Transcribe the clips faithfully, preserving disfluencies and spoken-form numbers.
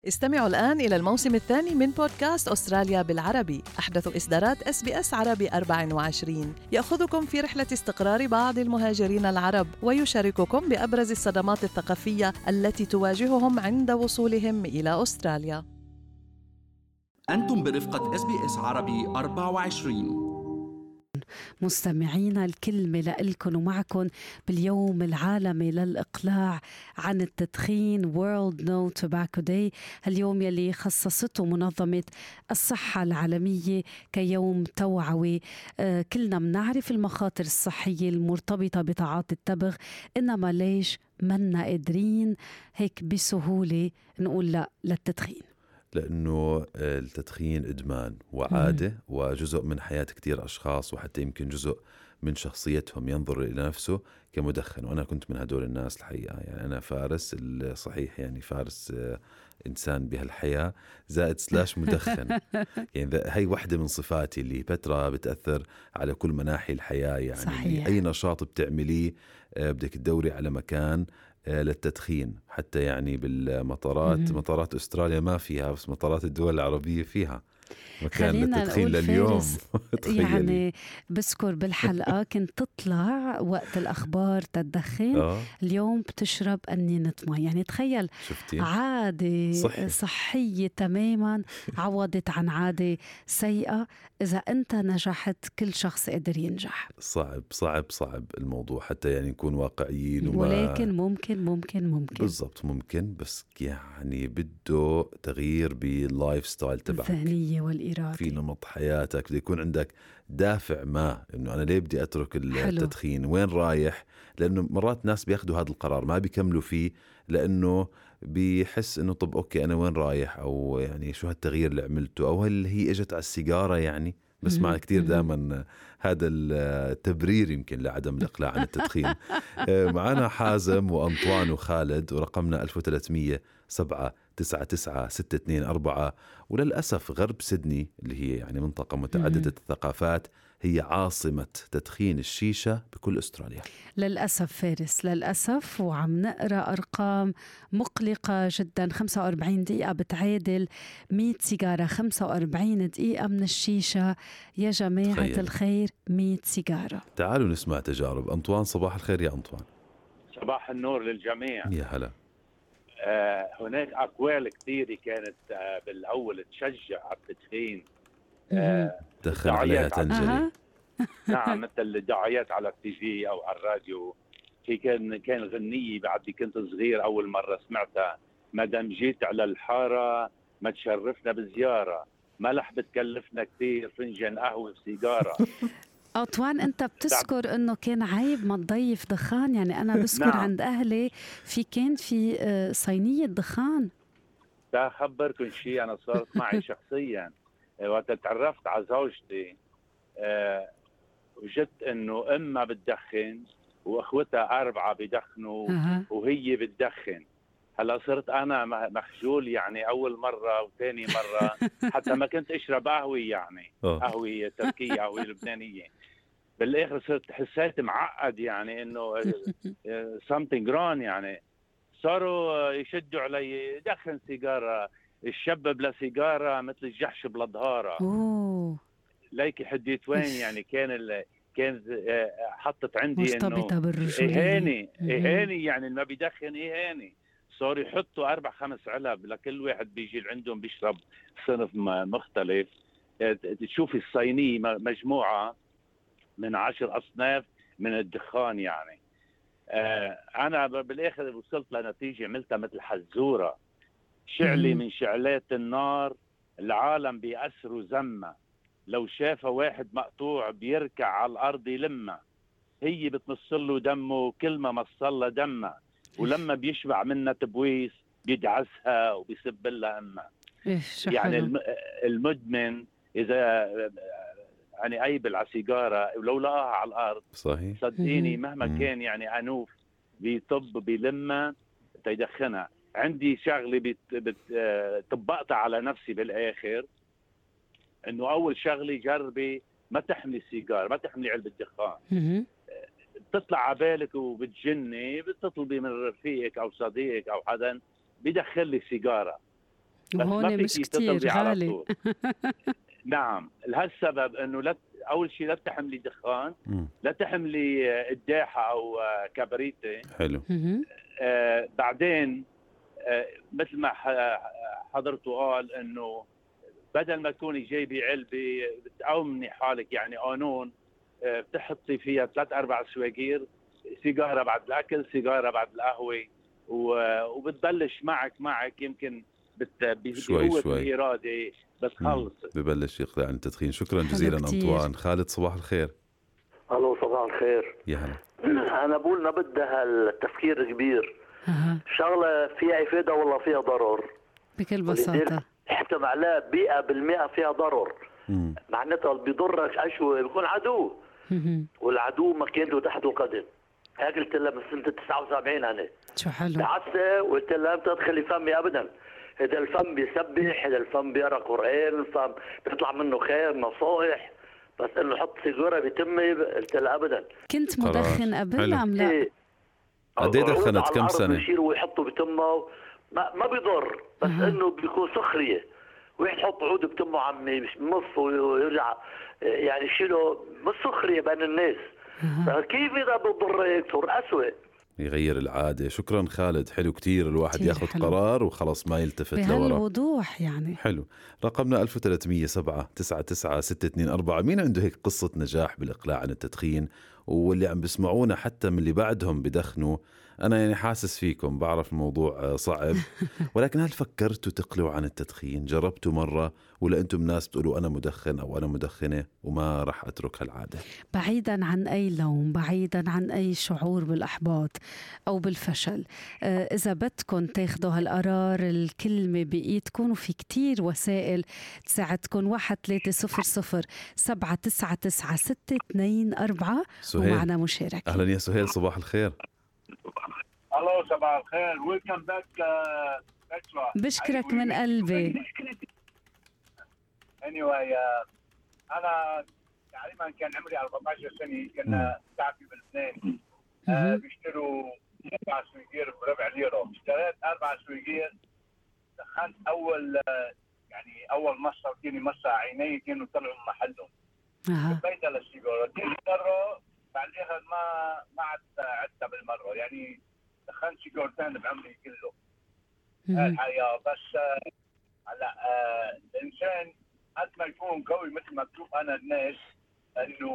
استمعوا الآن إلى الموسم الثاني من بودكاست أستراليا بالعربي، أحدث إصدارات إس بي إس عربي أربعة وعشرين، يأخذكم في رحلة استقرار بعض المهاجرين العرب ويشارككم بأبرز الصدمات الثقافية التي تواجههم عند وصولهم إلى أستراليا. أنتم برفقة إس بي إس عربي أربعة وعشرين. مستمعينا، الكلمة لإلكن ومعكن باليوم العالمي للإقلاع عن التدخين World No Tobacco Day، اليوم يلي خصصته منظمة الصحة العالمية كيوم توعوي. آه كلنا منعرف المخاطر الصحية المرتبطة بتعاطي التبغ، إنما ليش منا قادرين هيك بسهولة نقول لا للتدخين؟ لأنه التدخين إدمان وعادة مم. وجزء من حياة كتير أشخاص، وحتى يمكن جزء من شخصيتهم ينظر إلى نفسه كمدخن. وأنا كنت من هدول الناس الحقيقة. يعني أنا فارس الصحيح، يعني فارس إنسان بهالحياة زائد سلاش مدخن. يعني هاي واحدة من صفاتي اللي فترة بتأثر على كل مناحي الحياة. يعني صحيح. أي نشاط بتعمليه بدك تدوري على مكان للتدخين. حتى يعني بالمطارات، مم. مطارات أستراليا ما فيها، بس مطارات الدول العربية فيها مكان للتدخين لليوم. يعني بذكر بالحلقة كنت تطلع وقت الأخبار تدخن، آه. اليوم بتشرب أنينة ماء. يعني تخيل شفتي؟ عادة صحي. صحية تماما عوضت عن عادة سيئة. إذا أنت نجحت كل شخص قدر ينجح. صعب صعب صعب الموضوع، حتى يعني نكون واقعيين وما... ولكن ممكن ممكن ممكن بالضبط ممكن، بس يعني بده تغيير باللايف ستايل تبعك، الذهنية والإرادة، في نمط حياتك. بده يكون عندك دافع ما إنه أنا ليه بدي أترك التدخين، وين رايح. لأنه مرات ناس بياخدوا هذا القرار ما بيكملوا فيه، لأنه بيحس إنه طب أوكي أنا وين رايح، أو يعني شو هالتغيير اللي عملته، أو هل هي إجت على السيجارة. يعني بسمع كتير دائما هذا التبرير يمكن لعدم الإقلاع عن التدخين. معنا حازم وأنطوان وخالد، ورقمنا ألف وثلاثمية سبعة تسعة تسعة ستة اثنين أربعة. وللأسف غرب سيدني اللي هي يعني منطقة متعددة الثقافات هي عاصمة تدخين الشيشة بكل أستراليا. للأسف فارس، للأسف. وعم نقرأ أرقام مقلقة جدا. خمسة وأربعين دقيقة بتعادل مية سيجارة، خمسة وأربعين دقيقة من الشيشة يا جماعة تخيل. الخير مية سيجارة. تعالوا نسمع تجارب. أنطوان، صباح الخير يا أنطوان. صباح النور للجميع. يا هلا. آه هناك أقوال كثيرة كانت آه بالأول تشجع على التدخين، آه دخل عليها تنجلي. نعم، مثل الدعايات على التي في أو على الراديو. في كان كان غنية بعد كنت صغير أول مرة سمعتها: ما دام جيت على الحارة ما تشرفنا بزيارة، ملح بتكلفنا كثير، فنجان قهوة وسيجارة. أطوان، أنت بتذكر أنه كان عيب ما تضيف دخان؟ يعني أنا بذكر نعم. عند أهلي في كان في صينية دخان. دا خبركن شيء أنا صارت معي شخصيا وقت تعرفت على زوجتي. أه وجدت أنه أمها بتدخن وأخوتها أربعة بدخنوا أه. وهي بتدخن. هلا صرت أنا مخجول، يعني أول مرة وثاني مرة حتى ما كنت أشرب قهوة، يعني قهوة تركية قهوة لبنانية. بالاخر صرت حسيت معقد، يعني انه something wrong. يعني صاروا يشدوا علي دخن سيجاره، الشاب بلا سيجاره مثل الجحش بلا ظهاره. ليكي حديت وين. يعني كان ال... كان حطت عندي انه اهاني اهاني يعني ما بيدخن اهاني. صاروا يحطوا اربع خمس علب لكل واحد بيجي عندهم بيشرب صنف مختلف. تشوفي الصينيه مجموعه من عشر أصناف من الدخان. يعني آه أنا بالآخر وصلت لنتيجة عملتها مثل حزورة: شعلي من شعلات النار العالم بيأسروا زمة، لو شاف واحد مقطوع بيركع على الأرض يلمه، هي بتمصله دمه كل ما مصله دمه، ولما بيشبع منها تبويس بيدعسها وبيسب لها أمها. يعني المدمن إذا يعني قيبل على سيجارة ولو لقاها على الأرض صحيح صدقيني مهما مم. كان يعني أنوف بيطب بيلمها تيدخنها. عندي شغلة طبقتها على نفسي بالآخر، إنه أول شغلة جربي ما تحملي السيجارة، ما تحملي علبة دخان. بتطلع على بالك وبتجني، بتطلبي من رفيقك أو صديقك أو حدا بيدخل لي سيجارة. وهون مش كتير غالي. نعم، لهالسبب انه لا اول شيء لا تحملي دخان، لا تحملي قداحه او كبريتة. حلو. آه بعدين آه مثل ما حضرته قال انه بدل ما تكوني جايبه علبه بتأمني حالك، يعني قانون آه بتحطي فيها ثلاث اربع سواقير، سيجاره بعد الاكل، سيجاره بعد القهوه، وبتبلش معك معك يمكن بقوه الاراده بس خلص ببلش يقضي عن التدخين. شكرا جزيلا أنطوان. خالد صباح الخير. الو صباح الخير. يا هلا. انا بقول نبدها التفكير كبير. أه. شغله فيها افاده والله فيها ضرر بكل بساطه. احكم عليها مئة بالمئة فيها ضرر. معناتها اللي بيضرك اشوي بيكون عدو. مم. والعدو مكانته تحت القدم. هيك قلت لها من سنه تسعة وسبعين انا. شو حلو. تعسى وقلت لها لا تدخلي فمي ابدا. هذا الفم بيسبح، هذا الفم بيقرا قرآن، الفم بيطلع منه خير نصائح، بس انه حط سيجاره بتمي قلت له ابدا. كنت مدخن قبل ام لا؟ إيه. قد ايه دخنت كم سنه؟ بيشيلوا ويحطوا بتمه ما, ما بيضر، بس أه. انه بيكون سخريه، واحد يحط عود بتمه عمي مش مص ويرجع يعني يشيله مش سخريه بين الناس. أه. كيف اذا بضر صار اسوء؟ يغير العادة. شكرا خالد. حلو كتير الواحد ياخد حلو. قرار وخلاص ما يلتفت لورا بهالوضوح يعني. حلو. رقمنا ألف وثلاثمية سبعة تسعة تسعة ستة اثنين أربعة. مين عنده هيك قصة نجاح بالإقلاع عن التدخين؟ واللي عم بسمعونا حتى من اللي بعدهم بدخنوا، أنا يعني حاسس فيكم، بعرف الموضوع صعب ولكن هل فكرتوا تقلعوا عن التدخين؟ جربتوا مرة؟ ولا أنتم ناس بتقولوا أنا مدخن أو أنا مدخنة وما رح أترك هالعادة؟ بعيدا عن أي لوم، بعيدا عن أي شعور بالإحباط أو بالفشل، آه إذا بدكم تاخدوا هالقرار الكلمة بإيدكم، وفي كتير وسائل تساعدكم. واحد ثلاثة صفر صفر سبعة تسعة تسعة ستة اثنين أربعة. ومعنا مشاركة. أهلا يا سهيل صباح الخير. الو صباح الخير. ويلكم باك بترا. بشكرك من قلبي. anyway uh, انا تقريبا كان عمري أربعة عشر سنه، كنا تعبي بلبنان آه بيشتروا اربع سويقير بربع ليره. اشتريت اربع سويقير، دخلت اول آه يعني اول مصه فيني مصه عيني كانوا طلعوا من محلهم. حبيت أه. للسيجاره ثاني مره بعد الاخر ما ما عاد عدتها بالمره، يعني دخلت سيجارتين بعمري كله الحقيقه. بس هلا آه آه الانسان قد ما يكون قوي مثل ما بشوف انا الناس انه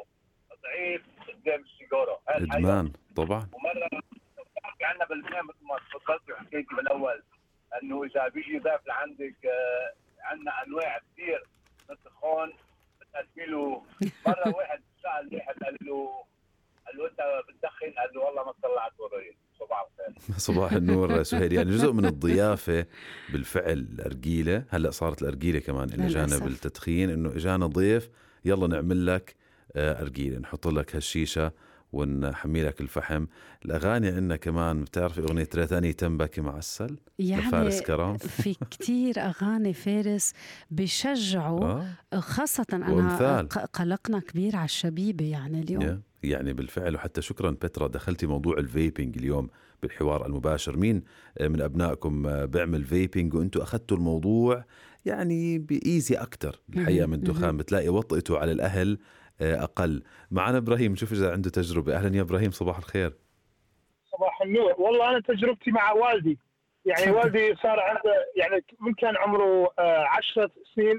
ضعيف قدام السيجاره. ادمان طبعا. ومره في عندنا بلبنان مثل ما تفضلت وحكيتي بالاول انه اذا بيجي ضيف لعندك آه عندنا انواع كثير من الدخان بتقدمي له. مره واحد سال واحد قال له قال له انت بتدخن؟ قال له والله ما طلعت وراي. صباح الخير. صباح النور سهيل. يعني جزء من الضيافة بالفعل الأرجيلة. هلأ صارت الأرجيلة كمان إلى جانب التدخين، إنه إجانا ضيف يلا نعمل لك أرجيلة، نحط لك هالشيشة ونحمي لك الفحم. الأغاني عندنا كمان بتعرف أغنية ريتاني تنبكي معسل يعني فارس كرام. في كتير أغاني فارس بيشجعوا آه. خاصة أنا ومثال. قلقنا كبير على الشبيبة يعني اليوم. يعني بالفعل. وحتى شكرا بترا دخلتي موضوع الفيبينج اليوم بالحوار المباشر. مين من أبنائكم بيعمل فيبينج وأنتوا أخذتوا الموضوع يعني بإيزي أكتر الحقيقة من الدخان؟ بتلاقي وطئته على الأهل أقل. معنا إبراهيم، نشوف إذا عنده تجربة. أهلا يا إبراهيم صباح الخير. صباح النور. والله أنا تجربتي مع والدي، يعني والدي صار عنده يعني من كان عمره عشرة سنين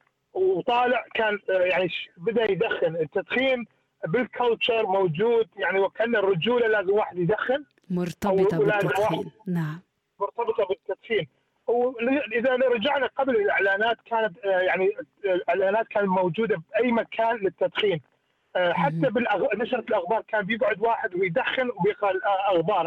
وطالع كان يعني بدأ يدخن. التدخين بالكالتشر موجود، يعني وكأن الرجولة لازم واحد يدخن، مرتبطة بالتدخين. نعم مرتبطة بالتدخين. وإذا رجعنا قبل الإعلانات كانت يعني الإعلانات كانت موجودة بأي مكان للتدخين، حتى بنشرة الأخبار كان بيقعد واحد ويدخن وبيقرأ الأخبار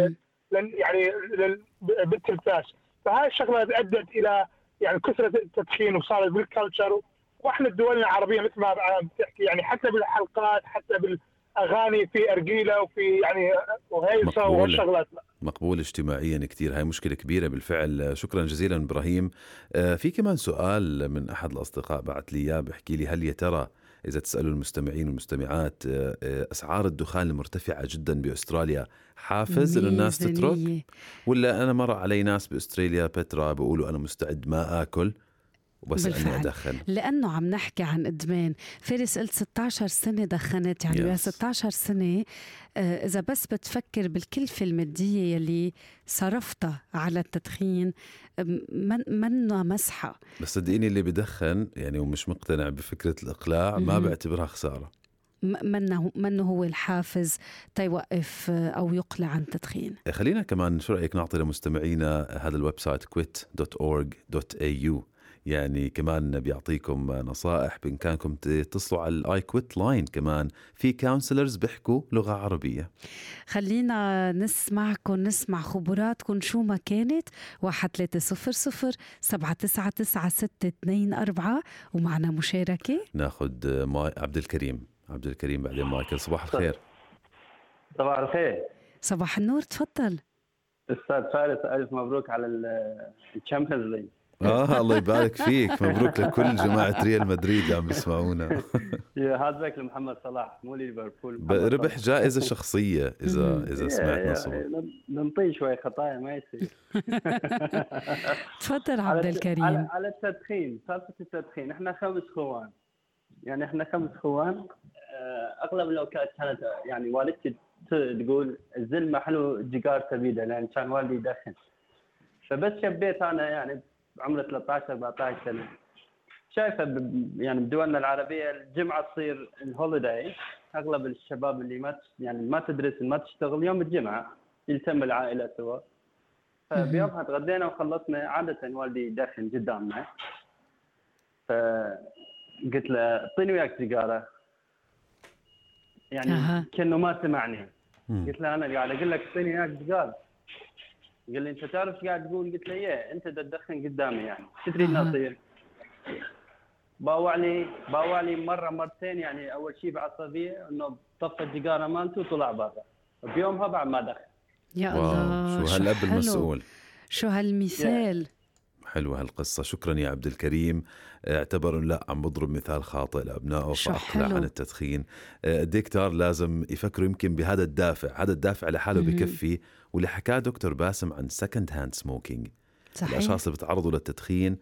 يعني بالتلفاز. فهاي الشغلة أدت إلى يعني كثرة التدخين وصارت بالكالتشر. واحنا دولنا العربية مثل ما بتحكي يعني حتى بالحلقات حتى بالأغاني في أرجيلة وفي يعني وهيصة وشغلات مقبول اجتماعيا كتير. هاي مشكلة كبيرة بالفعل. شكرا جزيلا إبراهيم. في كمان سؤال من أحد الأصدقاء بعت لي إياه بحكي لي هل يا ترى إذا تسألوا المستمعين والمستمعات أسعار الدخان المرتفعة جدا بأستراليا حافز إنه الناس تترك، ولا أنا مر علي ناس بأستراليا بترا بيقولوا أنا مستعد ما آكل وبس بالفعل. أني أدخن، لأنه عم نحكي عن إدمان. فارس قلت ستة عشر سنة دخنت، يعني يا ستة عشر سنة آه إذا بس بتفكر بالكلفة المادية يلي صرفتها على التدخين من منه مسحة. بس صدقيني اللي بدخن يعني ومش مقتنع بفكرة الإقلاع ما بعتبرها خسارة، منه منه هو الحافز تيوقف أو يقلع عن التدخين. خلينا كمان شو رأيك نعطي لمستمعينا هذا الويب سايت كويت دوت أورج دوت إيه يو، يعني كمان بيعطيكم نصائح بإمكانكم تتصلوا على الآي كويت لاين، كمان في كونسلرز بيحكوا لغة عربية. خلينا نسمعكم نسمع خبراتكم شو ما كانت. واحد ثلاثة صفر صفر سبعة تسعة تسعة ستة اثنين أربعة ومعنا مشاركة. ناخد ماي عبد الكريم. عبد الكريم بعدين مايكل. صباح الخير. صباح الخير. صباح النور، تفضل. أستاذ فارس ألف مبروك على الشامبيونز ليج. آه الله يبارك فيك، مبروك لكل جماعة ريال مدريد اللي عم يسمعونا. هذا بك لمحمد صلاح مو ليفربول. ربح جائزة شخصية إذا إذا سمعت نصه. ننطي شوي خطايا ما يصير. تفضل عبد الكريم. على, على التدخين، سالفة التدخين، إحنا خمس خوان، يعني إحنا خمس خوان. أغلب الأوقات كانت يعني والدتي تقول الزلمة حلو جيجار تبيده، لأن كان والدي يدخن. فبس شبيت أنا يعني عمره ثلاثة عشر أربعة عشر سنة، شايفة يعني بدولنا العربية الجمعة تصير الهوليداي، أغلب الشباب اللي ما يعني ما تدرس ما تشتغل يوم الجمعة يلتم العائلة سوا. فبيومها تغدينا وخلصنا، عادة والدي يدخن قدامنا، فقلت له اعطيني وياك سيجارة، يعني أه. كأنه ما سمعني. قلت له أنا قاعد أقول لك اعطيني وياك سيجارة. قال لي انت تعرف ايش قاعد تقول؟ قلت له ايه، انت تدخن قدامي يعني شو تريد نصير؟ باوع لي باوع لي مره مرتين، يعني اول شيء بعصبيه انه طفى السيجاره مالته وطلع برا، بيومها بعد ما دخن. يا الله، شو هالاب المسؤول، شو هالمثال. حلوة هالقصة. شكرا يا عبد الكريم. اعتبروا لا عم بضرب مثال خاطئ لأبنائه فأقلع عن التدخين. الدكتور لازم يفكروا يمكن بهذا الدافع، هذا الدافع لحاله بكفي. واللي حكاه دكتور باسم عن سكند هاند سموكينج، الأشخاص اللي بتعرضوا للتدخين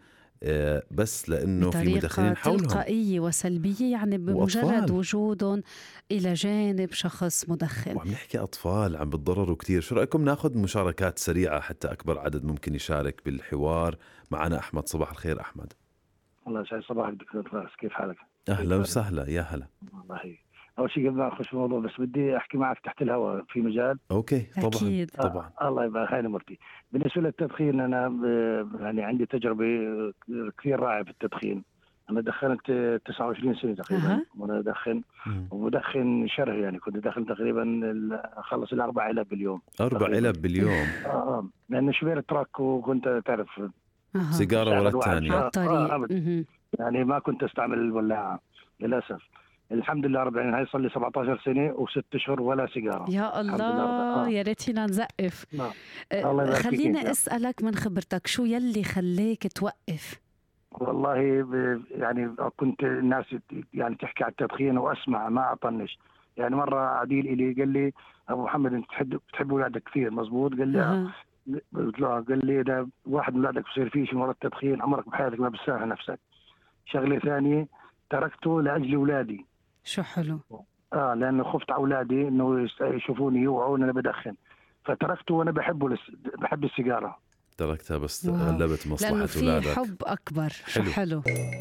بس لأنه في مدخنين حولهم تلقائية وسلبية، يعني بمجرد وجودهم إلى جانب شخص مدخن. وعم نحكي أطفال عم بتضرروا كتير. شو رأيكم ناخذ مشاركات سريعة حتى أكبر عدد ممكن يشارك بالحوار معنا؟ أحمد. صباح الخير أحمد. الله يسعد صباحك دكتور فارس، كيف حالك؟ أهلا وسهلا. يا هلا. الله يحييك. أول شيء قبل ما أخش في الموضوع بس بدي أحكي معك تحت الهواء في مجال. أوكي طبعا. أكيد. طبعا. آه الله يبارك خير مرتي. بالنسبة للتدخين أنا يعني عندي تجربة كثير رائعة في التدخين. أنا دخنت تسعة وعشرين سنة تقريبا. أه. وأنا أدخن ومدخن شره، يعني كنت داخل تقريبا أخلص الأربع علب باليوم. أربع علب باليوم. آه لأن شوية تراك وكنت تعرف أه. سيجارة ورا الثانية. على الطريق. آه يعني ما كنت أستعمل الولاعة للأسف. الحمد لله رب العالمين، هاي صار لي سبعة عشر سنة وست اشهر ولا سيجاره. يا الله آه. يا ريت فينا نزقف. آه. خلينا اسالك من خبرتك، شو يلي خليك توقف؟ والله يعني كنت الناس يعني تحكي على التدخين واسمع ما اطنش. يعني مره عديل الي قال لي ابو محمد انت تحب تحب اولادك كثير، مزبوط؟ قال لي آه. لا، قال لي اذا واحد من اولادك بصير فيه شيء مرض التدخين عمرك بحياتك ما بتسامح نفسك. شغله ثانيه تركته لاجل اولادي. شو حلو. اه لانه خفت على اولادي انه يشوفوني يوعون انا بدخن، فتركته وانا بحبه لس... بحب السيجاره. تركتها بس غلبت مصلحه اولادك، لانه في حب اكبر. شو حلو, حلو.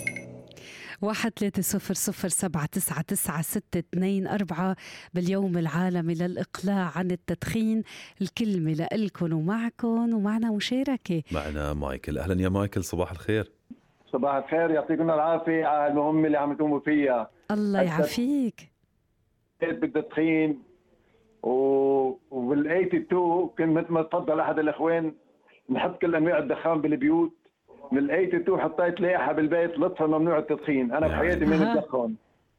واحد ثلاثة صفر صفر سبعة تسعة تسعة ستة اثنين أربعة باليوم العالمي للإقلاع عن التدخين. الكلمة لإلكن ومعكن، ومعنا مشاركة. معنا مايكل. أهلا يا مايكل. صباح الخير. صباح الخير، يعطيكم العافية على المهمة اللي عم تقوموا فيها. الله يعافيك. بالتدخين وبال ثمانية وثمانين كنت مثل ما تفضل أحد الأخوان نحط كل أنواع الدخان بالبيوت. من ال ثمانية وثمانين حطيت لائحة بالبيت لطفا ممنوع التدخين. أنا بحياتي من الدخان.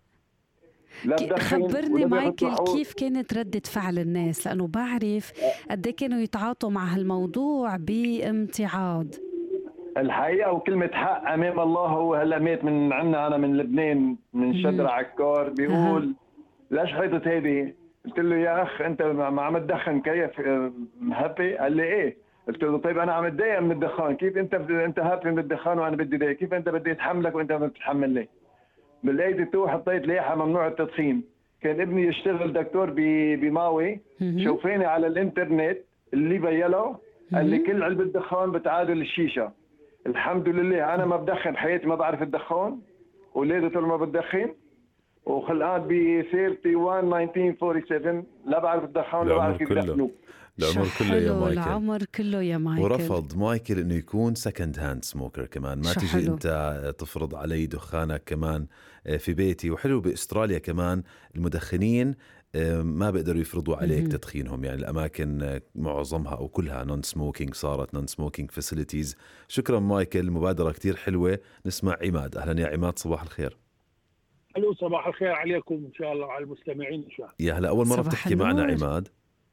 خبرني مايكل كيف كانت ردة فعل الناس، لأنه بعرف قد كانوا يتعاطوا مع هالموضوع بامتعاض. الحقيقة وكلمة حق أمام الله. هو هلا مات من عنا أنا من لبنان من شدرة عكار بيقول ليش حيطت هيدي؟ قلت له يا أخ أنت ما عم تدخن كيف هابي؟ قال لي إيه؟ قلت له طيب أنا عم أتضايق من الدخان، كيف أنت أنت هابي من الدخان وأنا بدي ضايق؟ كيف أنت بدي أتحملك وأنت ما بتتحملني؟ بالآية تو حطيت لائحة ممنوع التدخين. كان ابني يشتغل دكتور بماوي، شوفيني على الإنترنت اللي بيله قال لي كل علبة دخان بتعادل الشيشة. الحمد لله أنا ما بدخن حياتي، ما بعرف الدخان، ولادي طول ما بدخن، وخلقان ب واحد وثلاثين ألف وتسعمية وسبعة وأربعين لا بعرف الدخان ولا بعرف كيف يدخنوه. العمر كله يا مايكل. العمر كله يا مايكل. ورفض مايكل انه يكون سكند هاند سموكر كمان، ما تيجي حلو. انت تفرض علي دخانك كمان في بيتي. وحلو باستراليا كمان المدخنين ما بيقدروا يفرضوا عليك م-م. تدخينهم، يعني الاماكن معظمها او كلها نون سموكينج، صارت نون سموكينج فاسيليتيز. شكرا مايكل، مبادرة كتير حلوة. نسمع عماد. اهلا يا عماد، صباح الخير. الو صباح الخير عليكم ان شاء الله وعلى المستمعين ان شاء الله. يا هلا، اول مرة بتحكي معنا عماد.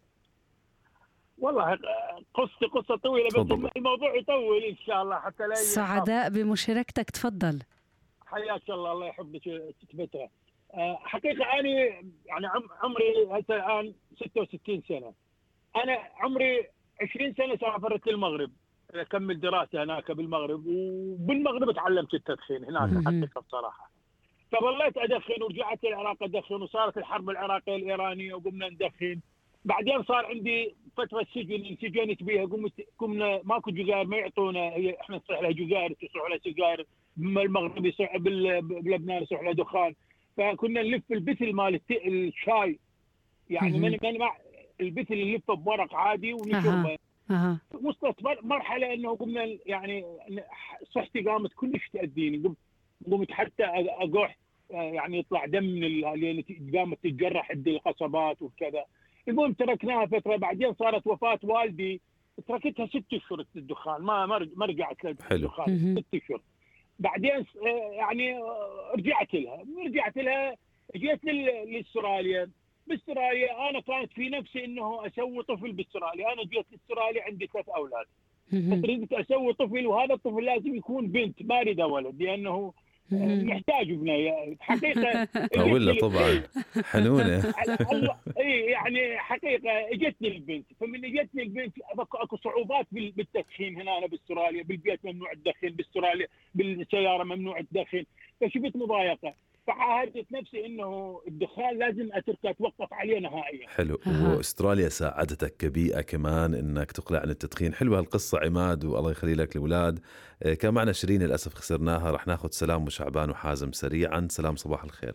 والله قصة قصة طويلة بس الموضوع يطول إن شاء الله حتى لا. سعداء بمشاركتك، تفضل. حياك الله، الله يحفظك ستفترة. حقيقة أنا يعني عمري هسه الآن ستة وستين سنة. أنا عمري عشرين سنة سافرت للمغرب أكمل دراسة هناك بالمغرب، وبالمغرب تعلمت التدخين هناك حقيقة بصراحة. فظليت أدخن ورجعت العراق أدخن، وصارت الحرب العراقية الإيرانية وقمنا ندخن. بعدين صار عندي فترة سجن انسجنت بيها، قمت قمنا ماكو جزائر ما يعطونا، هي احنا نصيح لها جزائر تصيح لها سجائر، المغرب يصيح بلبنان يصيح لها دخان. فكنا نلف البتل مال الشاي، يعني من من مع البتل اللي نلفه بورق عادي ونشربه. أه. وصلت مرحلة انه قمنا يعني صحتي قامت كلش تأذيني، قمت حتى اقوح يعني يطلع دم من اللي قامت تتجرح عند القصبات وكذا. المهم تركناها فترة، بعدين صارت وفاة والدي تركتها ست اشهر الدخان، ما ما رجعت للدخان ست اشهر. بعدين يعني رجعت لها رجعت لها جيت لاستراليا. باستراليا انا كانت في نفسي انه اسوي طفل باستراليا. انا جيت لاستراليا عندي ثلاث اولاد، فتريد اسوي طفل، وهذا الطفل لازم يكون بنت ما اريد ولد لانه محتاج بنية حقيقة. ولا طبعا حنونة. اي يعني حقيقة اجتني البنت، فمن اجتني البنت اكو صعوبات بالتدخين هنا. أنا باستراليا بالبيت ممنوع الدخين، باستراليا بالسيارة ممنوع الدخين، فشفت مضايقة. فعاهدت نفسي انه الدخان لازم اتركه اتوقف عليه نهائيا. حلو. واستراليا ساعدتك كبيئة كمان انك تقلع عن التدخين. حلوة هالقصة عماد، والله يخلي لك الاولاد. كان معنا شيرين للاسف خسرناها. رح ناخذ سلام وشعبان وحازم سريعا. سلام، صباح الخير.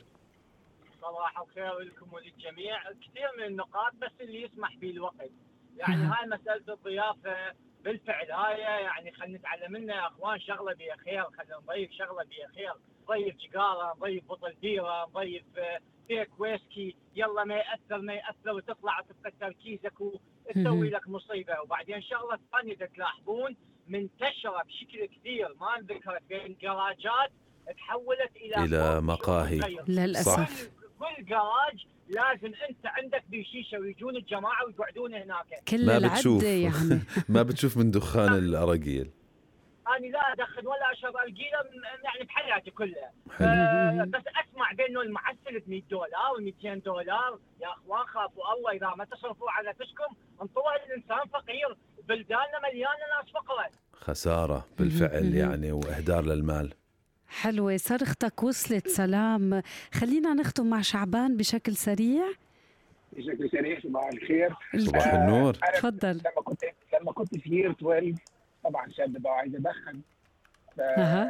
صباح الخير لكم وللجميع. كثير من النقاط بس اللي يسمح به الوقت، يعني هاي مسألة الضيافة بالفعل هاي يعني خلينا نتعلم منها يا اخوان شغلة بها خير، خلينا نضيف شغلة بها خير، نضيف جقارة، نضيف بطل بيرة، نضيف بيك ويسكي، يلا ما يأثر ما يأثر وتطلع تبقى تركيزك وتسوي لك مصيبة. وبعدين شغلة ثانية تلاحظون منتشرة بشكل كثير ما انذكرت بين جراجات تحولت إلى إلى مقاهي للأسف. كل جراج لازم انت عندك بشيشه ويجون الجماعه ويقعدون هناك. كل ما بتشوف يعني ما بتشوف من دخان الأراجيل. أنا لا أدخن ولا أشرب أرجيلة يعني بحياتي كلها. أه بس أسمع بأنه المعسل ب مئة دولار و مئتين دولار. يا أخوان خافوا الله، إذا ما تصرفوا على نفسكم انطوها الإنسان فقير، بلداننا مليانة ناس فقراء. خسارة بالفعل يعني، وإهدار للمال. حلوة صرختك وصلت. سلام. خلينا نختم مع شعبان بشكل سريع. بشكل سريع. صباح الخير. صباح النور. تفضل. لما كنت لما كنت في يير اثناشر طبعا شاب بقى عايز ادخن، ف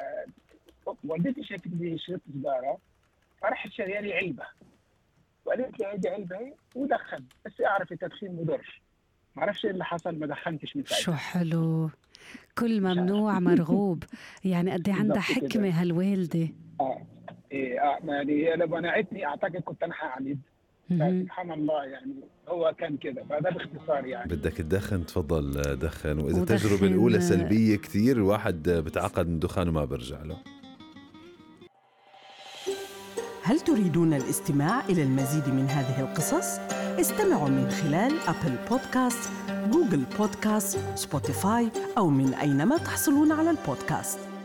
والدتي شافتني شربت سيجاره فرحت شاريه لي علبه وقالت لي هذه علبه ودخن، بس اعرف التدخين مضرش. ما اعرفش ايه اللي حصل، ما دخنتش من ساعتها. شو حلو، كل ممنوع مرغوب. يعني قد ايه عندها حكمه هالوالده. اه ايه اه يعني هي لما منعتني اعتقد كنت انا حامد، سبحان الله يعني هو كان كده. فهذا باختصار يعني. بدك تدخن تفضل دخن، واذا التجربه الاولى سلبيه كثير الواحد بتعقد من دخان وما برجع له. هل تريدون الاستماع إلى المزيد من هذه القصص؟ استمعوا من خلال أبل بودكاست، جوجل بودكاست، سبوتيفاي أو من أينما تحصلون على البودكاست.